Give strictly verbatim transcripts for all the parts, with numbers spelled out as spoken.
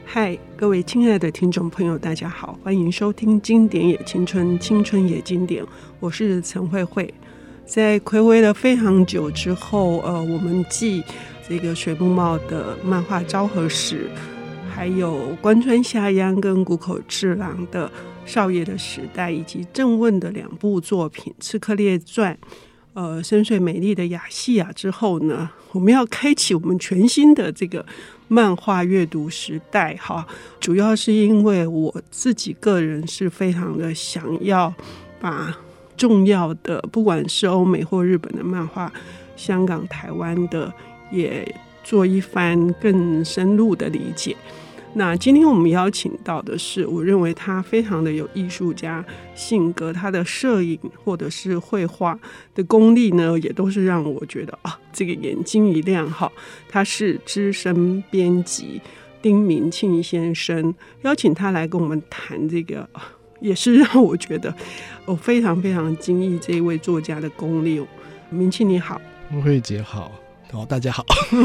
嗨，各位亲爱的听众朋友大家好，欢迎收听经典也青春，青春也经典，我是陈慧慧。在睽违了非常久之后，呃，我们继这个水木茂的漫画《昭和史》，还有关川夏央跟谷口治郎的《少爷的时代》，以及郑问的两部作品《刺客列传》呃，深邃美丽的亚细亚之后呢，我们要开启我们全新的这个漫画阅读时代哈。主要是因为我自己个人是非常的想要把重要的不管是欧美或日本的漫画，香港台湾的也做一番更深入的理解。那今天我们邀请到的是我认为他非常的有艺术家性格，他的摄影或者是绘画的功力呢也都是让我觉得啊，这个眼睛一亮哈。他是资深编辑丁明庆先生，邀请他来跟我们谈这个，也是让我觉得我非常非常惊异这一位作家的功力。明庆你好。 慧姐好。哦，大家好。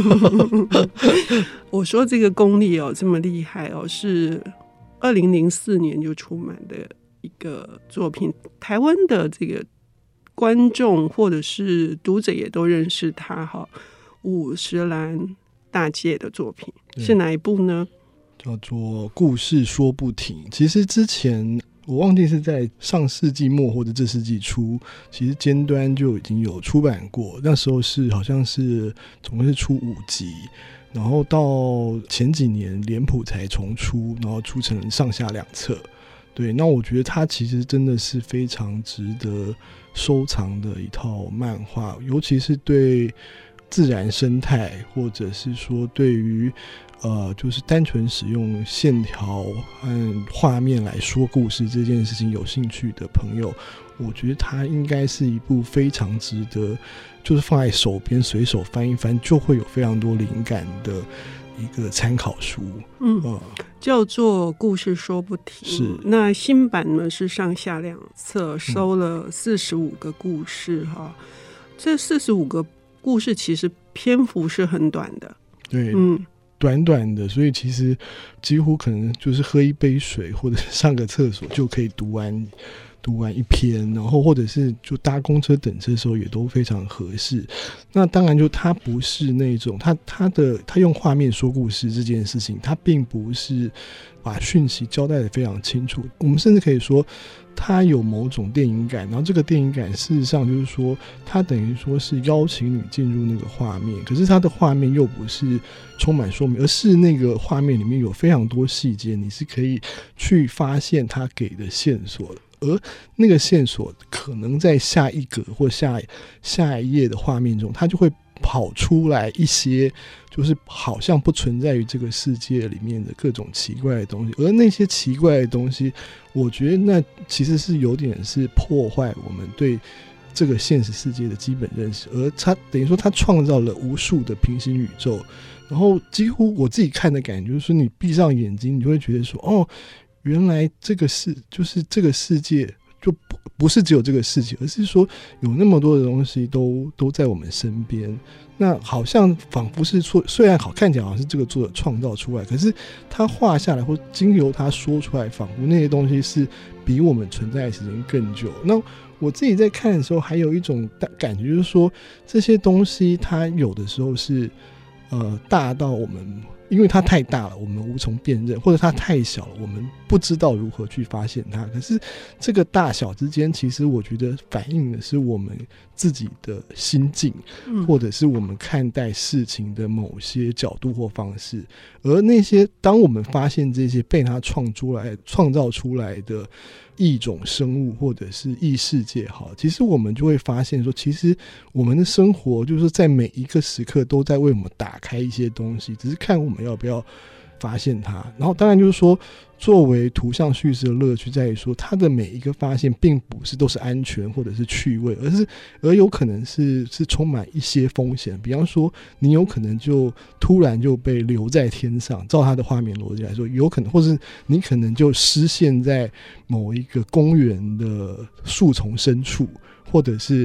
我说这个功力哦，这么厉害哦，是二零零四年就出版的一个作品，台湾的这个观众或者是读者也都认识他哈。五十岚大介的作品是哪一部呢？ 叫做《故事说不停》。其实之前我忘记是在上世纪末或者这世纪初，其实尖端就已经有出版过，那时候是好像是总共是出五集，然后到前几年脸谱才重出，然后出成上下两册。对，那我觉得它其实真的是非常值得收藏的一套漫画，尤其是对自然生态，或者是说对于呃，就是单纯使用线条和画面来说故事这件事情有兴趣的朋友，我觉得它应该是一部非常值得就是放在手边随手翻一翻就会有非常多灵感的一个参考书。嗯，呃、 叫做《故事说不停》。是，那新版呢是上下两册，收了四十五个故事哈、嗯。这四十五个故事其实篇幅是很短的。 对，嗯。短短的，所以其实几乎可能就是喝一杯水或者上个厕所就可以读完读完一篇，然后或者是就搭公车等车的时候也都非常合适。那当然就它不是那种它它的它用画面说故事这件事情，它并不是把讯息交代得非常清楚，我们甚至可以说它有某种电影感，然后这个电影感事实上就是说它等于说是邀请你进入那个画面，可是它的画面又不是充满说明，而是那个画面里面有非常多细节，你是可以去发现它给的线索的，而那个线索可能在下一格或下下一页的画面中它就会跑出来一些就是好像不存在于这个世界里面的各种奇怪的东西，而那些奇怪的东西我觉得那其实是有点是破坏我们对这个现实世界的基本认识，而它等于说它创造了无数的平行宇宙，然后几乎我自己看的感觉就是说你闭上眼睛你就会觉得说哦，原来这个世就是这个世界就不不是只有这个世界，而是说有那么多的东西都都在我们身边。那好像仿佛是说，虽然好看起来好像是这个作者创造出来，可是他画下来或经由他说出来，仿佛那些东西是比我们存在的时间更久。那我自己在看的时候还有一种感觉就是说，这些东西它有的时候是呃大到我们因为它太大了我们无从辨认，或者它太小了我们不知道如何去发现它，可是这个大小之间其实我觉得反映的是我们自己的心境，或者是我们看待事情的某些角度或方式，而那些当我们发现这些被它创出来创造出来的异种生物或者是异世界好，其实我们就会发现说其实我们的生活就是在每一个时刻都在为我们打开一些东西，只是看我们要不要发现它。然后当然就是说作为图像叙事的乐趣在于说它的每一个发现并不是都是安全或者是趣味，而是而有可能是是充满一些风险，比方说你有可能就突然就被留在天上，照它的画面逻辑来说有可能，或是你可能就失陷在某一个公园的树丛深处，或者是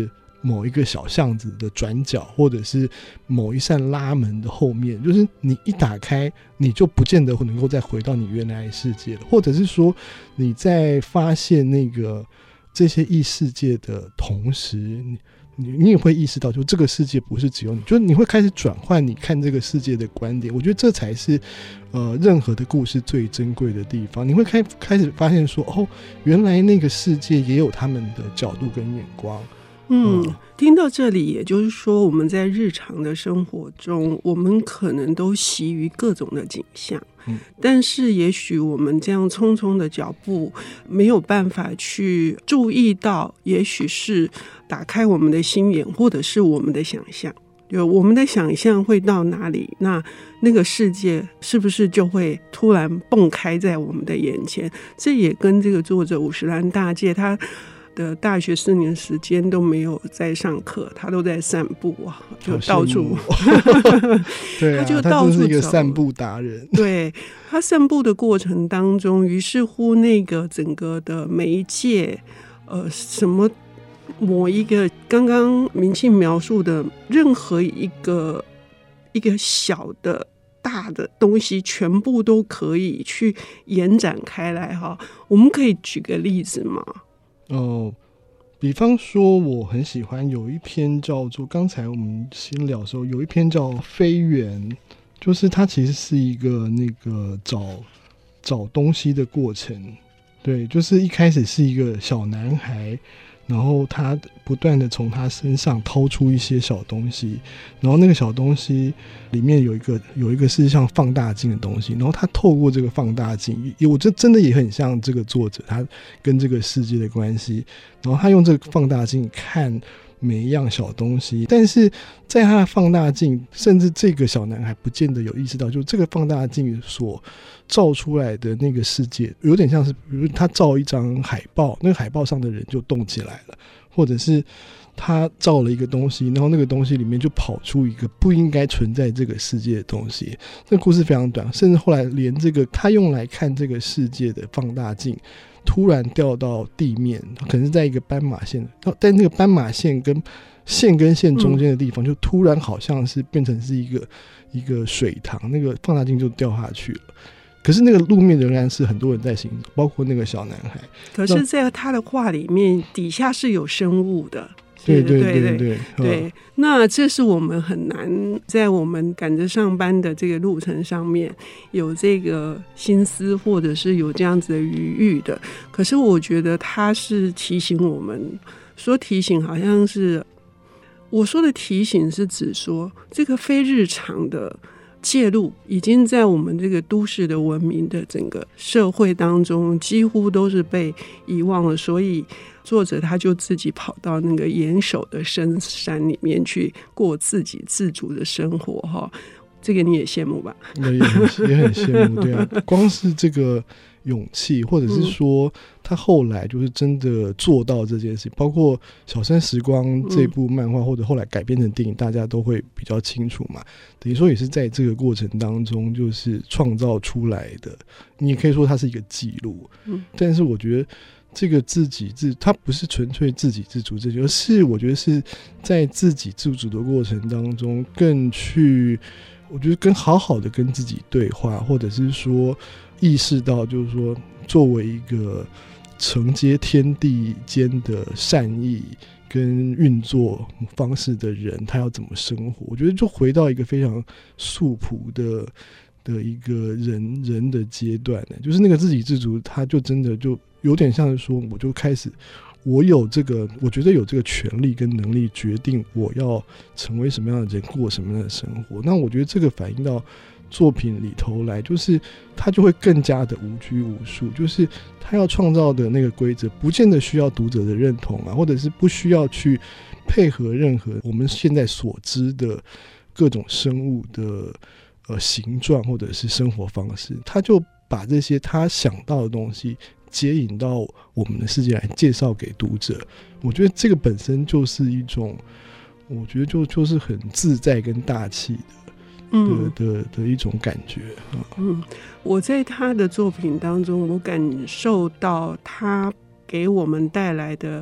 某一个小巷子的转角，或者是某一扇拉门的后面，就是你一打开你就不见得能够再回到你原来的世界了，或者是说你在发现那个这些异世界的同时，你你也会意识到就这个世界不是只有你，就是你会开始转换你看这个世界的观点。我觉得这才是呃任何的故事最珍贵的地方。你会开开始发现说，哦，原来那个世界也有他们的角度跟眼光。 嗯，听到这里，也就是说，我们在日常的生活中，我们可能都习于各种的景象，嗯，但是也许我们这样匆匆的脚步，没有办法去注意到，也许是打开我们的心眼，或者是我们的想象。就我们的想象会到哪里，那那个世界是不是就会突然蹦开在我们的眼前？这也跟这个作者五十岚大介他的大学四年时间都没有在上课，他都在散步啊，就到处对啊， 他就到处走， 他就是一个散步达人。 对，他散步的过程当中，于是乎那个整个的媒介，呃，什么某一个刚刚明庆描述的任何一个一个小的大的东西，全部都可以去延展开来哈。我们可以举个例子吗？ 哦，比方说我很喜欢有一篇叫做，刚才我们先聊的时候有一篇叫《飞猿》，就是它其实是一个那个找找东西的过程。对，就是一开始是一个小男孩，然后他不断的从他身上掏出一些小东西，然后那个小东西里面有一个有一个是像放大镜的东西，然后他透过这个放大镜，我这真的也很像这个作者他跟这个世界的关系，然后他用这个放大镜看每一样小东西，但是在他的放大镜，甚至这个小男孩不见得有意识到，就这个放大镜所照出来的那个世界有点像是，比如他照一张海报，那个海报上的人就动起来了，或者是他照了一个东西，然后那个东西里面就跑出一个不应该存在这个世界的东西。这个故事非常短，甚至后来连这个他用来看这个世界的放大镜突然掉到地面，可能是在一个斑马线，但那个斑马线跟线跟线中间的地方就突然好像是变成是一个一个水塘，那个放大镜就掉下去了。可是那个路面仍然是很多人在行走，包括那个小男孩。 可是在他的画里面底下是有生物的。 对对对对 对, 对，那这是我们很难在我们赶着上班的这个路程上面有这个心思，或者是有这样子的余裕的。可是我觉得他是提醒我们，说提醒好像是我说的提醒是指说这个非日常的介入已经在我们这个都市的文明的整个社会当中几乎都是被遗忘了，所以作者他就自己跑到那个岩手的深山里面去过自给自足的生活哈，这个你也羡慕吧？ 也很也很羡慕，对啊，光是这个勇气，或者是说他后来就是真的做到这件事情，包括《小山时光》这部漫画，或者后来改编成电影，大家都会比较清楚嘛。等于说也是在这个过程当中，就是创造出来的。你也可以说它是一个记录，嗯，但是我觉得这个自给自，它不是纯粹自给自足这些，而是我觉得是在自给自足的过程当中，更去，我觉得跟好好的跟自己对话，或者是说意识到，就是说作为一个承接天地间的善意跟运作方式的人，他要怎么生活？我觉得就回到一个非常素朴的的一个人人的阶段，就是那个自给自足，他就真的就有点像是说，我就开始，我有这个，我觉得有这个权利跟能力决定我要成为什么样的人，过什么样的生活。那我觉得这个反映到作品里头来，就是他就会更加的无拘无束，就是他要创造的那个规则不见得需要读者的认同啊，或者是不需要去配合任何我们现在所知的各种生物的呃形状或者是生活方式，他就把这些他想到的东西接引到我们的世界来介绍给读者。我觉得这个本身就是一种，我觉得就就是很自在跟大气的嗯的, 的, 的一种感觉。 嗯，我在他的作品当中，我感受到他给我们带来的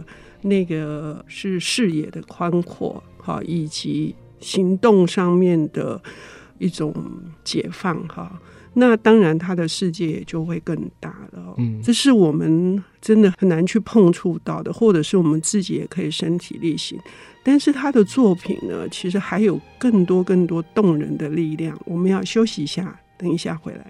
那个是视野的宽阔，哈，以及行动上面的一种解放，哈。那当然他的世界也就会更大了，嗯，这是我们真的很难去碰触到的，或者是我们自己也可以身体力行。但是他的作品呢，其实还有更多更多动人的力量。我们要休息一下，等一下回来。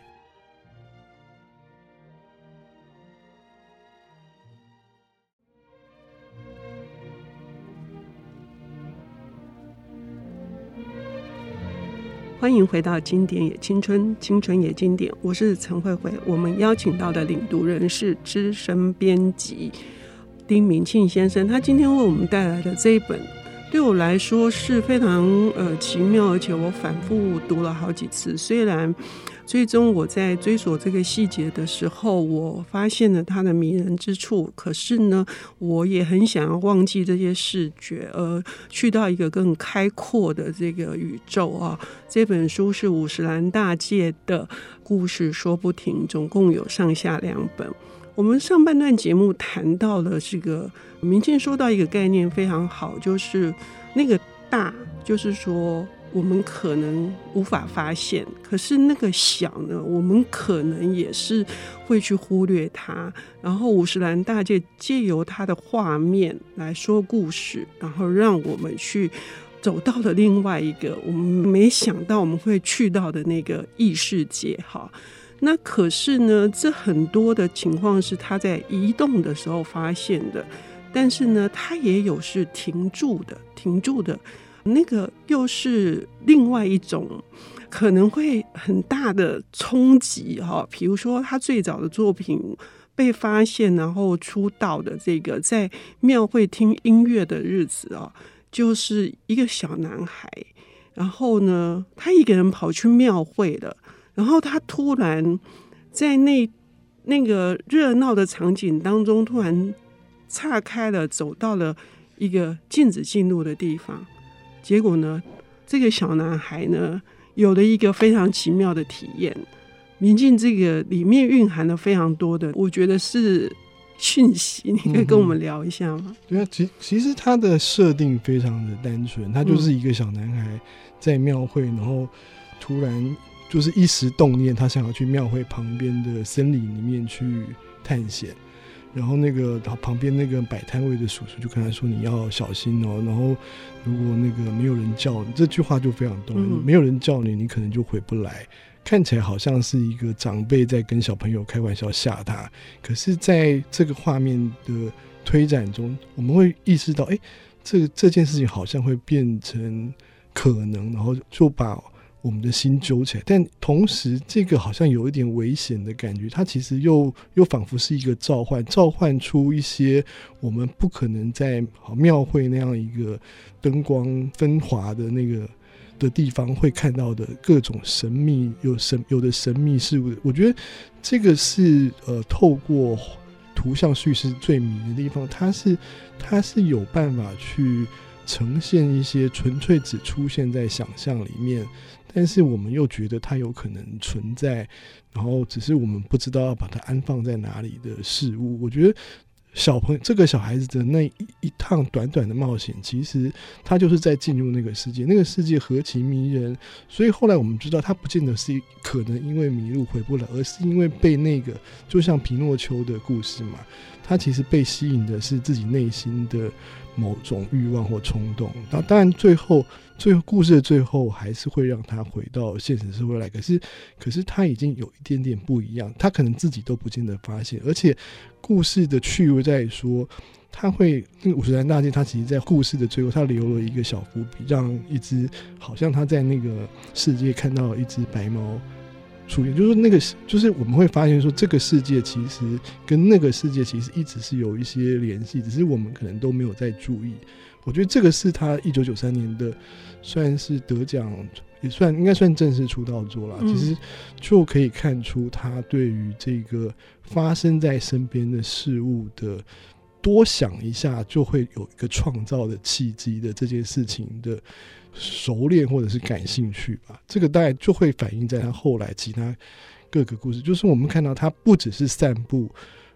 欢迎回到经典也青春，青春也经典，我是陈慧慧。我们邀请到的领读人是资深编辑丁明庆先生，他今天为我们带来的这一本对我来说是非常呃奇妙，而且我反复读了好几次。虽然最终我在追索这个细节的时候，我发现了它的迷人之处，可是呢，我也很想要忘记这些视觉，而去到一个更开阔的这个宇宙啊。这本书是五十岚大介的故事说不停，总共有上下两本。我们上半段节目谈到了这个，明庆说到一个概念非常好，就是那个大，就是说我们可能无法发现，可是那个小呢，我们可能也是会去忽略它。然后五十岚大介借由它的画面来说故事，然后让我们去走到了另外一个我们没想到我们会去到的那个异世界哈。那可是呢，这很多的情况是他在移动的时候发现的，但是呢，他也有是停住的，停住的那个又是另外一种可能会很大的冲击哈。比如说他最早的作品被发现然后出道的这个在庙会听音乐的日子啊，就是一个小男孩，然后呢他一个人跑去庙会了，然后他突然在那那个热闹的场景当中突然岔开了，走到了一个禁止进入的地方。结果呢，这个小男孩呢有了一个非常奇妙的体验。明镜这个里面蕴含了非常多的，我觉得是讯息，你可以跟我们聊一下吗？ 嗯、对啊，其其实他的设定非常的单纯，他就是一个小男孩在庙会，然后突然就是一时动念，他想要去庙会旁边的森林里面去探险。然后那个旁边那个摆摊位的叔叔就跟他说：“你要小心哦，然后如果那个没有人叫你，这句话就非常动人、嗯、没有人叫你，你可能就回不来。”看起来好像是一个长辈在跟小朋友开玩笑吓他，可是在这个画面的推展中，我们会意识到，哎，这这件事情好像会变成可能，然后就把我们的心揪起来，但同时这个好像有一点危险的感觉，它其实又又仿佛是一个召唤，召唤出一些我们不可能在庙会那样一个灯光分华的那个的地方会看到的各种神秘有神有的神秘事物。我觉得这个是呃透过图像叙事最迷的地方，它是它是有办法去呈现一些纯粹只出现在想象里面，但是我们又觉得它有可能存在，然后只是我们不知道要把它安放在哪里的事物。我觉得小朋友这个小孩子的那 一, 一趟短短的冒险，其实他就是在进入那个世界，那个世界何其迷人。所以后来我们知道他不见得是可能因为迷路回不来，而是因为被那个就像皮诺丘的故事嘛，他其实被吸引的是自己内心的某种欲望或冲动。然后当然最后最后故事的最后还是会让他回到现实社会来，可是可是他已经有一点点不一样，他可能自己都不见得发现。而且故事的趣味在说，他会那个五十岚大介他其实在故事的最后他留了一个小伏笔，让一只好像他在那个世界看到一只白猫出现，就是那个就是我们会发现说这个世界其实跟那个世界其实一直是有一些联系，只是我们可能都没有在注意。我觉得这个是他一九九三年的算是得奖，也算应该算正式出道作啦、嗯、其实就可以看出他对于这个发生在身边的事物的多想一下就会有一个创造的契机的这件事情的熟练或者是感兴趣吧。这个大概就会反映在他后来其他各个故事，就是我们看到他不只是散步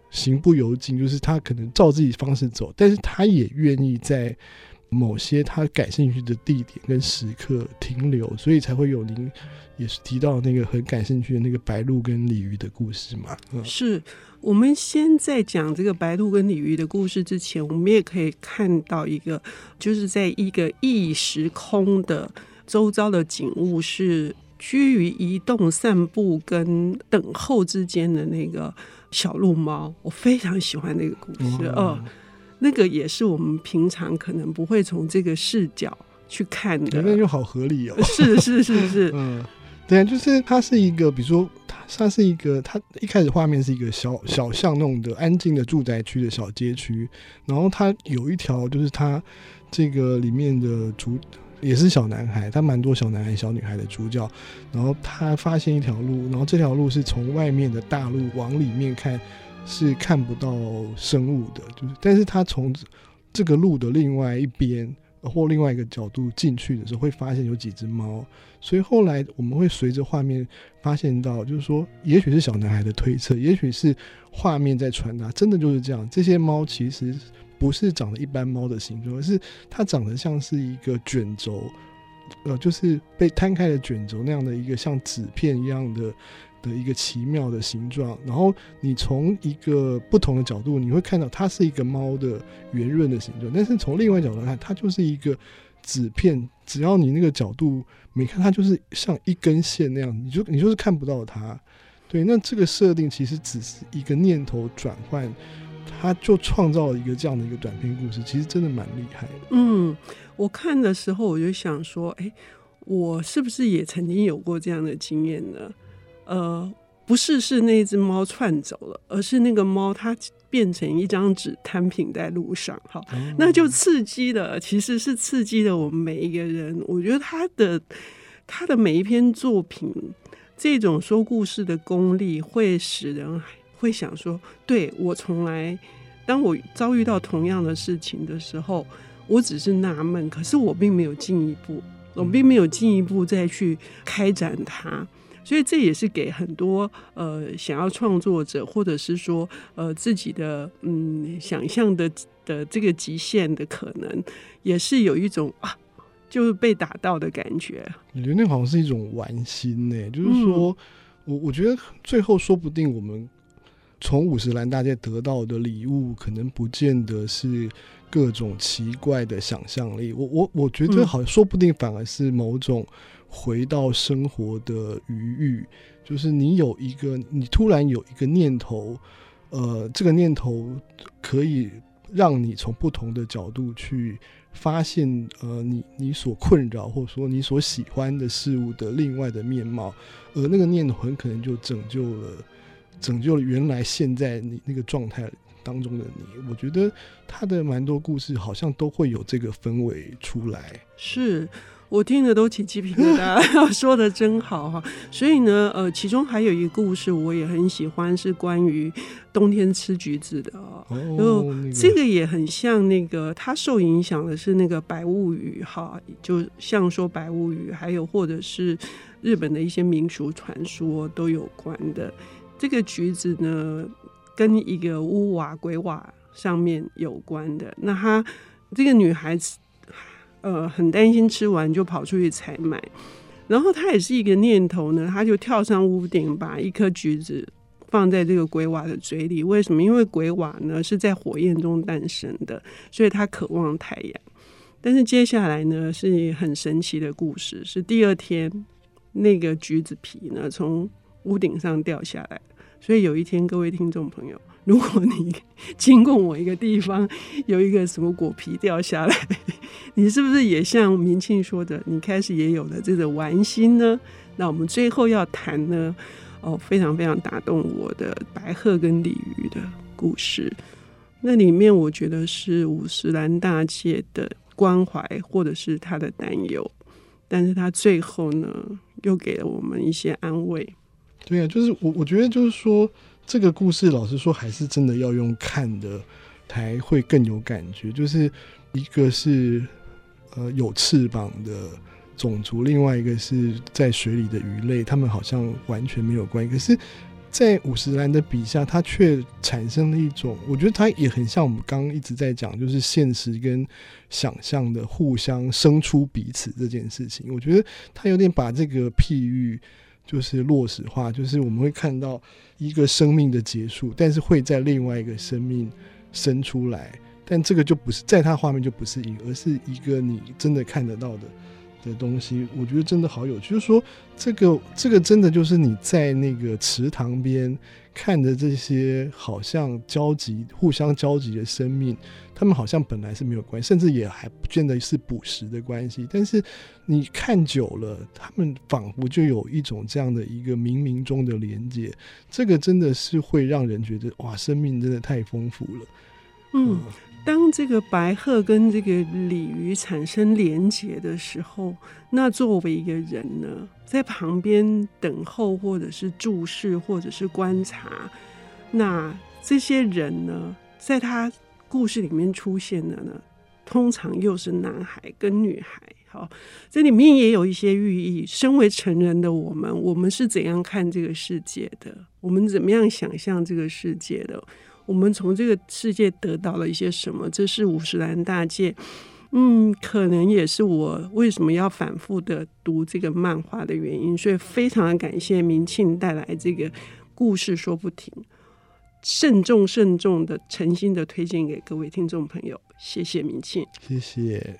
行不由径，就是他可能照自己方式走，但是他也愿意在某些他感兴趣的地点跟时刻停留，所以才会有您也是提到那个很感兴趣的那个白鹭跟鲤鱼的故事嘛。嗯、 是我们先在讲这个白鹭跟鲤鱼的故事之前，我们也可以看到一个，就是在一个异时空的周遭的景物是居于移动、散步跟等候之间的那个小鹿猫，我非常喜欢那个故事。嗯、呃，那个也是我们平常可能不会从这个视角去看的， 那就好合理哦。 是是是是， 嗯，对啊，就是它是一个，比如说它是一个，它一开始画面是一个小小巷弄的安静的住宅区的小街区，然后它有一条就是它这个里面的主。也是小男孩，他蛮多小男孩小女孩的主角，然后他发现一条路，然后这条路是从外面的大路往里面看是看不到生物的，就是但是他从这个路的另外一边或另外一个角度进去的时候会发现有几只猫，所以后来我们会随着画面发现到，就是说也许是小男孩的推测，也许是画面在传达，真的就是这样，这些猫其实不是长得一般猫的形状，而是它长得像是一个卷轴，呃，就是被摊开的卷轴那样的一个像纸片一样的的一个奇妙的形状。然后你从一个不同的角度，你会看到它是一个猫的圆润的形状，但是从另外角度看，它就是一个纸片，只要你那个角度没看，它就是像一根线那样，你就你就是看不到它。对，那这个设定其实只是一个念头转换。他就创造了一个这样的一个短篇故事，其实真的蛮厉害的。 嗯，我看的时候我就想说，哎，我是不是也曾经有过这样的经验呢？呃，不是是那只猫窜走了，而是那个猫它变成一张纸摊平在路上，好，哦、那就刺激了，其实是刺激了我们每一个人。我觉得他的他的每一篇作品，这种说故事的功力会使人会想说，对，我从来当我遭遇到同样的事情的时候，我只是纳闷，可是我并没有进一步，我并没有进一步再去开展它。所以这也是给很多呃想要创作者，或者是说呃自己的嗯想象的的这个极限的可能，也是有一种啊，就是被打到的感觉。 我觉得那好像是一种玩心呢，就是说、嗯、我我觉得最后说不定我们从五十岚大介得到的礼物，可能不见得是各种奇怪的想象力。我我我觉得好像说不定反而是某种回到生活的余裕，就是你有一个，你突然有一个念头，呃，这个念头可以让你从不同的角度去发现，呃，你你所困扰或者说你所喜欢的事物的另外的面貌，而那个念头很可能就拯救了。拯救了原来现在你那个状态当中的你。我觉得他的蛮多故事好像都会有这个氛围出来。 是，我听了都起鸡皮疙瘩说的真好哈。所以呢呃，其中还有一个故事我也很喜欢，是关于冬天吃橘子的哦。哦那个、这个也很像那个，他受影响的是那个白物语哈，就像说白物语，还有或者是日本的一些民俗传说都有关的。这个橘子呢，跟一个屋瓦鬼瓦上面有关的。那她这个女孩子，呃，很担心吃完就跑出去采买，然后她也是一个念头呢，她就跳上屋顶，把一颗橘子放在这个鬼瓦的嘴里。为什么？因为鬼瓦呢是在火焰中诞生的，所以她渴望太阳。但是接下来呢是很神奇的故事，是第二天那个橘子皮呢从屋顶上掉下来。所以有一天各位听众朋友，如果你经过某一个地方有一个什么果皮掉下来，你是不是也像明庆说的，你开始也有了这个玩心呢？那我们最后要谈呢，哦，非常非常打动我的白鹤跟鲤鱼的故事。那里面我觉得是五十岚大介的关怀或者是他的担忧，但是他最后呢又给了我们一些安慰。 对啊，就是我我觉得就是说这个故事老实说还是真的要用看的才会更有感觉。就是一个是呃有翅膀的种族，另外一个是在水里的鱼类，他们好像完全没有关系，可是在五十岚的笔下，他却产生了一种，我觉得他也很像我们刚刚一直在讲，就是现实跟想象的互相生出彼此这件事情。我觉得他有点把这个譬喻就是落实化，就是我们会看到一个生命的结束，但是会在另外一个生命生出来，但这个就不是在他画面就不是一个，而是一个你真的看得到的的东西。我觉得真的好有趣，就是说这个这个真的就是你在那个池塘边看着这些好像交集互相交集的生命，他们好像本来是没有关系，甚至也还不见得是捕食的关系，但是你看久了，他们仿佛就有一种这样的一个冥冥中的连接。这个真的是会让人觉得哇，生命真的太丰富了。 嗯，当这个白鹤跟这个鲤鱼产生连结的时候，那作为一个人呢，在旁边等候或者是注视或者是观察，那这些人呢，在他故事里面出现的呢，通常又是男孩跟女孩。好，这里面也有一些寓意。身为成人的我们，我们是怎样看这个世界的？我们怎么样想象这个世界的？我们从这个世界得到了一些什么？这是五十岚大介，嗯，可能也是我为什么要反复的读这个漫画的原因。所以非常的感谢明庆带来这个故事说不停，慎重慎重的诚心的推荐给各位听众朋友。谢谢明庆， 谢谢。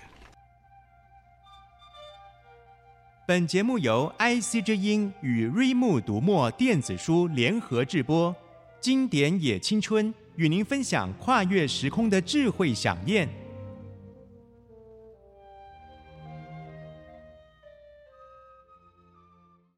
本节目由 I C 之音与瑞木读墨电子书联合制播，经典也青春与您分享跨越时空的智慧饗宴。